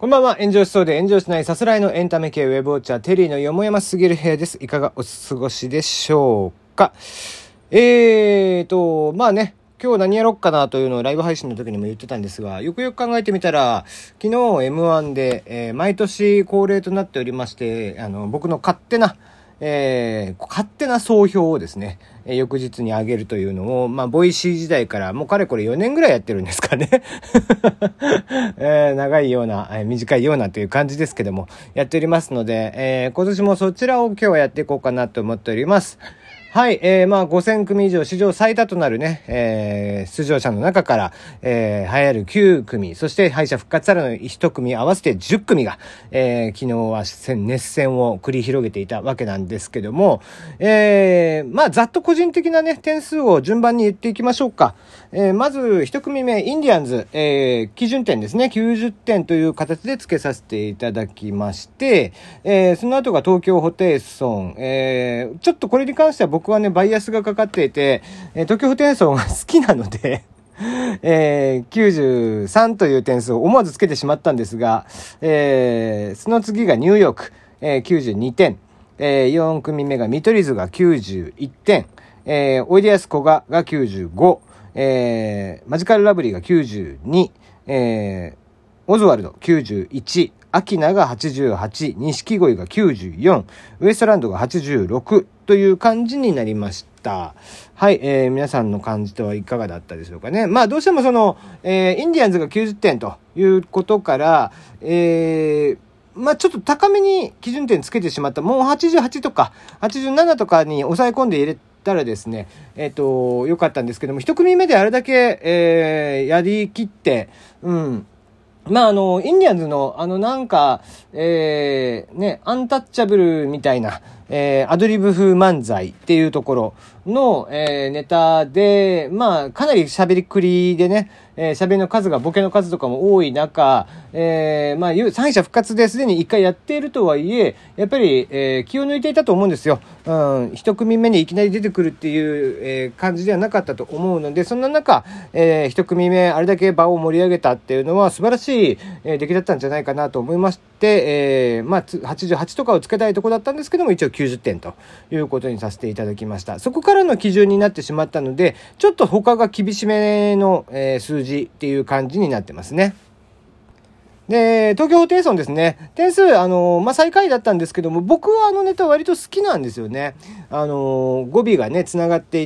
こんばんは。炎上しそうで炎上しないさすらいのエンタメ系ウェブウォッチャーテリーのよもやますぎる部屋です。いかがお過ごしでしょうか。まあね、今日何やろっかなというのをライブ配信の時にも言ってたんですが、よくよく考えてみたら、昨日 M1 で、毎年恒例となっておりまして、僕の勝手な総評をですね、翌日に上げるというのを、ボイシー時代からもうかれこれ4年ぐらいやってるんですかね。長いような、短いようなという感じですけども、やっておりますので、今年もそちらを今日はやっていこうかなと思っております。はい、5000組以上史上最多となるね、出場者の中から、流行る9組、そして敗者復活からの1組合わせて10組が、昨日は熱戦を繰り広げていたわけなんですけども、ざっと個人的なね、点数を順番に言っていきましょうか。まず1組目、インディアンズ、基準点ですね、90点という形で付けさせていただきまして、その後が東京ホテイソン、ちょっとこれに関しては僕はね、バイアスがかかっていて、東京ホテイソンが好きなので、93という点数を思わずつけてしまったんですが、その次がニューヨーク、92点、4組目が見取り図が91点、おいでやすこが95、マジカルラブリーが92、オズワルド91、アキナが88、錦鯉が94、ウエストランドが86という感じになりました。はい、皆さんの感じとはいかがだったでしょうかね。どうしてもその、インディアンズが90点ということから、ちょっと高めに基準点つけてしまった。もう88とか87とかに抑え込んで入れたらですね、良かったんですけども、一組目であれだけ、やりきって、インディアンズのアンタッチャブルみたいな、アドリブ風漫才っていうところの、ネタで、かなり喋りっくりでね、喋りの数がボケの数とかも多い中、敗者復活ですでに一回やっているとはいえ、やっぱり、気を抜いていたと思うんですよ。一組目にいきなり出てくるっていう、感じではなかったと思うので、そんな中、一組目あれだけ場を盛り上げたっていうのは素晴らしい、出来だったんじゃないかなと思いまして、88とかをつけたいところだったんですけども、一応90点ということにさせていただきました。そこからの基準になってしまったので、ちょっと他が厳しめの、数字っていう感じになってますね。で、東京ホテイソンですね。点数、最下位だったんですけども、僕はネタ割と好きなんですよね。語尾がね、繋がっていって、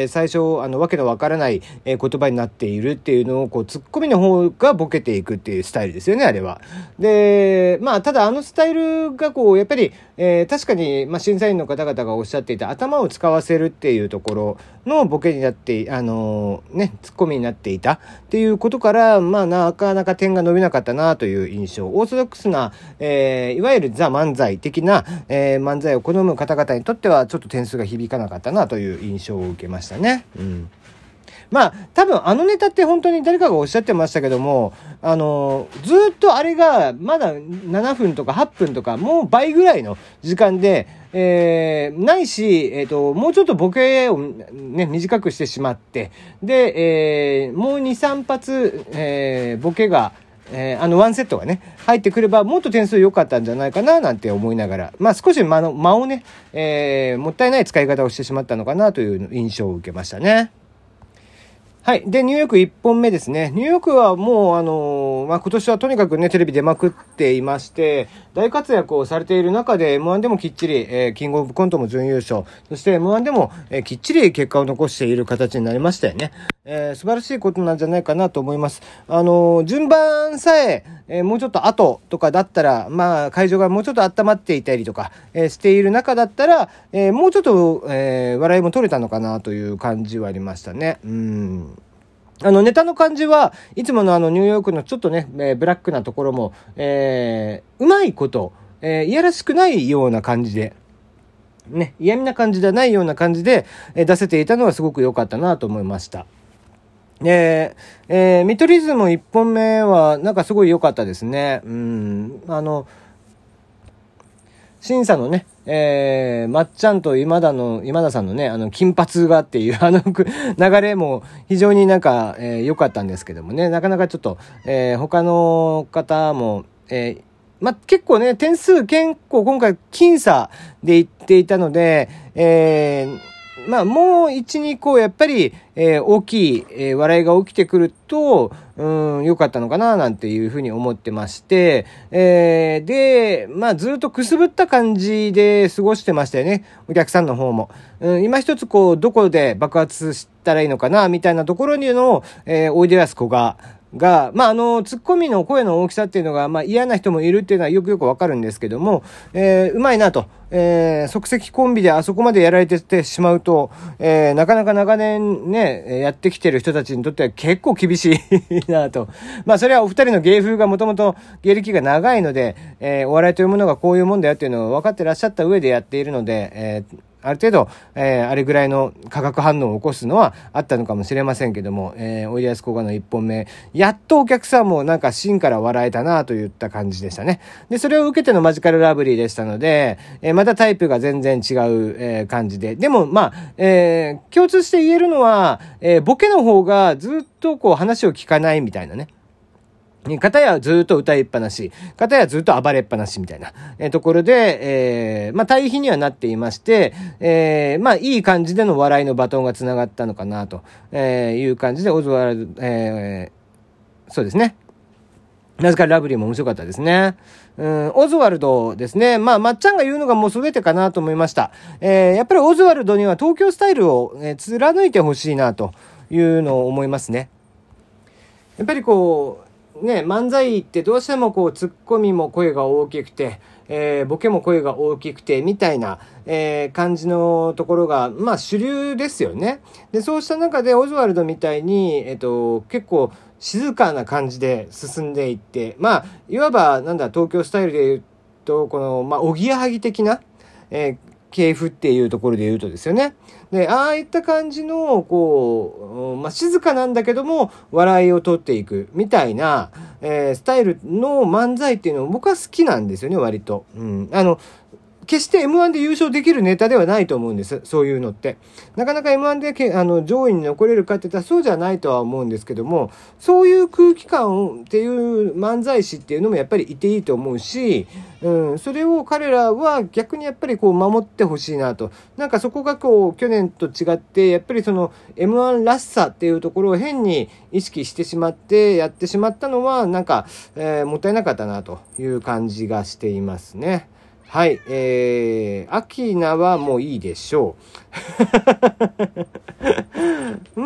最初、わけのわからない、言葉になっているっていうのを、ツッコミの方がボケていくっていうスタイルですよね、あれは。で、ただスタイルがやっぱり、確かに、審査員の方々がおっしゃっていた頭を使わせるっていうところのボケになって、ツッコミになっていたっていうことから、なかなか点が伸びなかったなという印象。オーソドックスな、いわゆるザ漫才的な、漫才を好む方々にとってはちょっと点数が響かなかったなという印象を受けましたね。多分ネタって本当に誰かがおっしゃってましたけども、ずっとあれがまだ7分とか8分とかもう倍ぐらいの時間で、ないし、もうちょっとボケをね、短くしてしまって、で、もう2、3発、ボケが、ワンセットがね、入ってくればもっと点数良かったんじゃないかななんて思いながら、少し間をね、もったいない使い方をしてしまったのかなという印象を受けましたね。はい。で、ニューヨーク1本目ですね。ニューヨークはもう今年はとにかくね、テレビ出まくっていまして、大活躍をされている中で M1 でもきっちり、キングオブコントも準優勝、そして M1 でも、きっちり結果を残している形になりましたよね。素晴らしいことなんじゃないかなと思います。順番さえもうちょっと後とかだったら、会場がもうちょっと温まっていたりとか、している中だったら、もうちょっと、笑いも取れたのかなという感じはありましたね。ネタの感じはいつものニューヨークのちょっとね、ブラックなところも、うまいこと、いやらしくないような感じで、ね、嫌味な感じではないような感じで、出せていたのはすごく良かったなと思いました。見取り図も1本目はなんかすごい良かったですね。審査のね、まっちゃんと今田さんのね、金髪がっていう流れも非常になんか、良かったんですけどもね、なかなかちょっと、他の方も、 結構ね、点数結構今回僅差でいっていたので、もう1、2個やっぱり、大きい、笑いが起きてくると、良かったのかななんていうふうに思ってまして、で、ずっとくすぶった感じで過ごしてましたよね。お客さんの方も。今一つどこで爆発したらいいのかなみたいなところにの、おいでやすこが、ツッコミの声の大きさっていうのが、嫌な人もいるっていうのはよくわかるんですけども、うまいなと。即席コンビであそこまでやられてしまうと、なかなか長年ね、やってきてる人たちにとっては結構厳しいなと。それはお二人の芸風がもともと芸歴が長いので、お笑いというものがこういうもんだよっていうのを分かってらっしゃった上でやっているので、ある程度、あれぐらいの化学反応を起こすのはあったのかもしれませんけども、おいでやすこがの1本目、やっとお客さんもなんか芯から笑えたなといった感じでしたね。で、それを受けてのマジカルラブリーでしたので、またタイプが全然違う、感じで。でも、共通して言えるのは、ボケの方がずっと話を聞かないみたいなね。片やずっと歌いっぱなし、片やずっと暴れっぱなしみたいな、ところで、対比にはなっていまして、いい感じでの笑いのバトンが繋がったのかなという感じで、オズワルド、そうですね。なぜかラブリーも面白かったですね。オズワルドですね。まっちゃんが言うのがもう全てかなと思いました。やっぱりオズワルドには東京スタイルを、貫いてほしいなというのを思いますね。やっぱり漫才ってどうしてもツッコミも声が大きくて、ボケも声が大きくてみたいな、感じのところが主流ですよね。で、そうした中でオズワルドみたいに結構静かな感じで進んでいって、いわば東京スタイルで言うとおぎやはぎ的な、系譜っていうところで言うとですよね。で、ああいった感じの、静かなんだけども、笑いを取っていく、みたいな、スタイルの漫才っていうのを僕は好きなんですよね、割と。決して M1 で優勝できるネタではないと思うんです。そういうのって。なかなか M1 で上位に残れるかって言ったらそうじゃないとは思うんですけども、そういう空気感っていう漫才師っていうのもやっぱりいていいと思うし、それを彼らは逆にやっぱり守ってほしいなと。そこが去年と違って、やっぱりM1 らしさっていうところを変に意識してしまってやってしまったのはもったいなかったなという感じがしていますね。はい、アキナはもういいでしょう。オ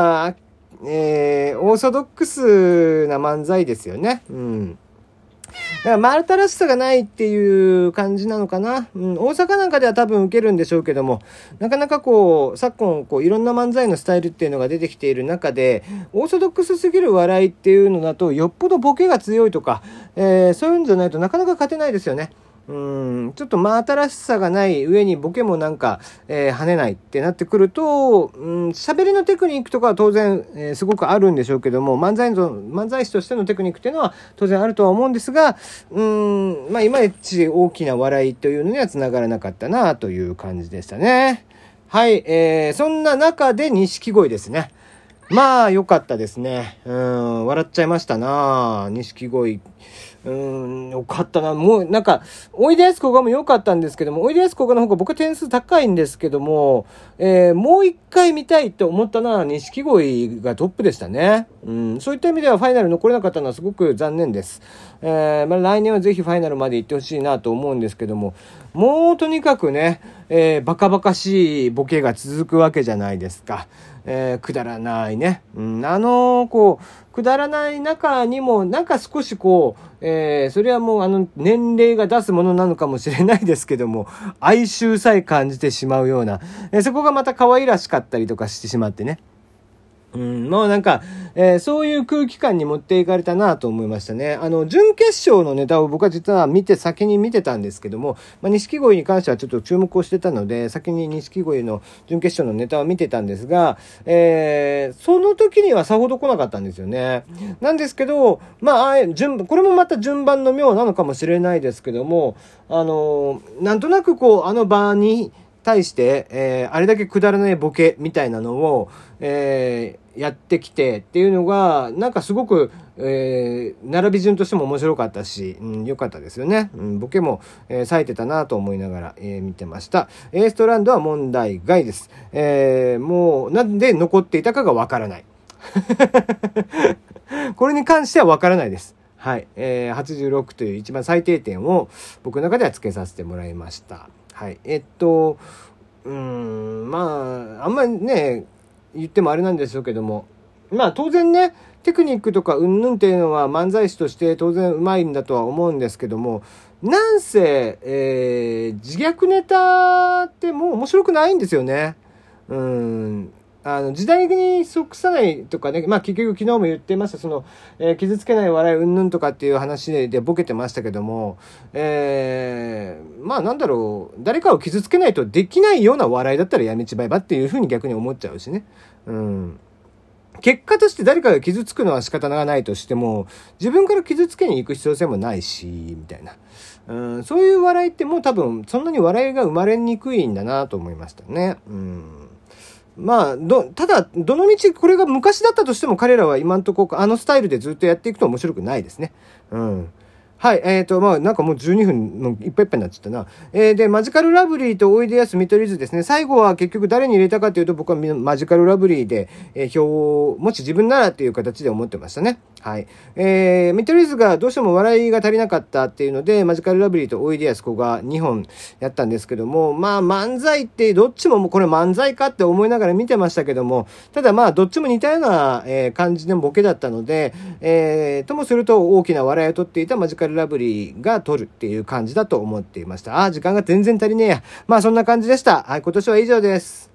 ーソドックスな漫才ですよね。だから丸太らしさがないっていう感じなのかな。大阪なんかでは多分受けるんでしょうけども、なかなか昨今いろんな漫才のスタイルっていうのが出てきている中で、オーソドックスすぎる笑いっていうのだと、よっぽどボケが強いとか、そういうんじゃないとなかなか勝てないですよね。ちょっと真新しさがない上にボケも跳ねないってなってくると、喋りのテクニックとかは当然、すごくあるんでしょうけども、漫才師としてのテクニックっていうのは当然あるとは思うんですが、いまいち大きな笑いというのにはつながらなかったなという感じでしたね。はい、そんな中で錦鯉ですね。良かったですね。笑っちゃいましたな、錦鯉。よかったな。もうおいでやすこがも良かったんですけども、おいでやすこがの方が僕は点数高いんですけども、もう一回見たいと思ったのは錦鯉がトップでしたね。そういった意味ではファイナル残れなかったのはすごく残念です。来年はぜひファイナルまで行ってほしいなと思うんですけども、もうとにかくね、バカバカしいボケが続くわけじゃないですか。くだらないね。くだらない中にも、少しそれはもう年齢が出すものなのかもしれないですけども、哀愁さえ感じてしまうような、そこがまた可愛らしかったりとかしてしまってね。もうそういう空気感に持っていかれたなと思いましたね。準決勝のネタを僕は実は先に見てたんですけども、錦鯉に関してはちょっと注目をしてたので、先に錦鯉の準決勝のネタを見てたんですが、その時にはさほど来なかったんですよね。なんですけど、これもまた順番の妙なのかもしれないですけども、なんとなくあの場に対して、あれだけくだらないボケみたいなのを、やってきてっていうのが、なんかすごく、並び順としても面白かったし、良かったですよね。ボケも、冴えてたなと思いながら、見てました。エーストランドは問題外です。もう、なんで残っていたかがわからない。これに関してはわからないです。はい。86という一番最低点を僕の中ではつけさせてもらいました。はい。まあ、あんまりね、言ってもあれなんでしょうけども、まあ当然ね、テクニックとかうんぬんっていうのは漫才師として当然うまいんだとは思うんですけども、なんせ、自虐ネタってもう面白くないんですよね。時代に即さないとかね、まあ結局昨日も言ってました、傷つけない笑いうんぬんとかっていう話でボケてましたけども、まあなんだろう、誰かを傷つけないとできないような笑いだったらやめちまえばっていうふうに逆に思っちゃうしね。結果として誰かが傷つくのは仕方がないとしても、自分から傷つけに行く必要性もないし、みたいな。そういう笑いってもう多分そんなに笑いが生まれにくいんだなと思いましたね。まあ、ただ、どの道これが昔だったとしても彼らは今んとこあのスタイルでずっとやっていくと面白くないですね。はい。まあ、なんかもう12分のいっぱいいっぱいになっちゃったな。で、マジカルラブリーとおいでやす見取り図ですね。最後は結局誰に入れたかというと、僕はマジカルラブリーで、票を、もし自分ならっていう形で思ってましたね。はい。見取り図がどうしても笑いが足りなかったっていうので、マジカルラブリーとおいでやすこが2本やったんですけども、まあ、漫才ってどっちもこれ漫才かって思いながら見てましたけども、ただまあ、どっちも似たような、感じのボケだったので、ともすると大きな笑いを取っていたマジカルラブリーが取るっていう感じだと思っていました。時間が全然足りねえや。まあそんな感じでした。はい、今年は以上です。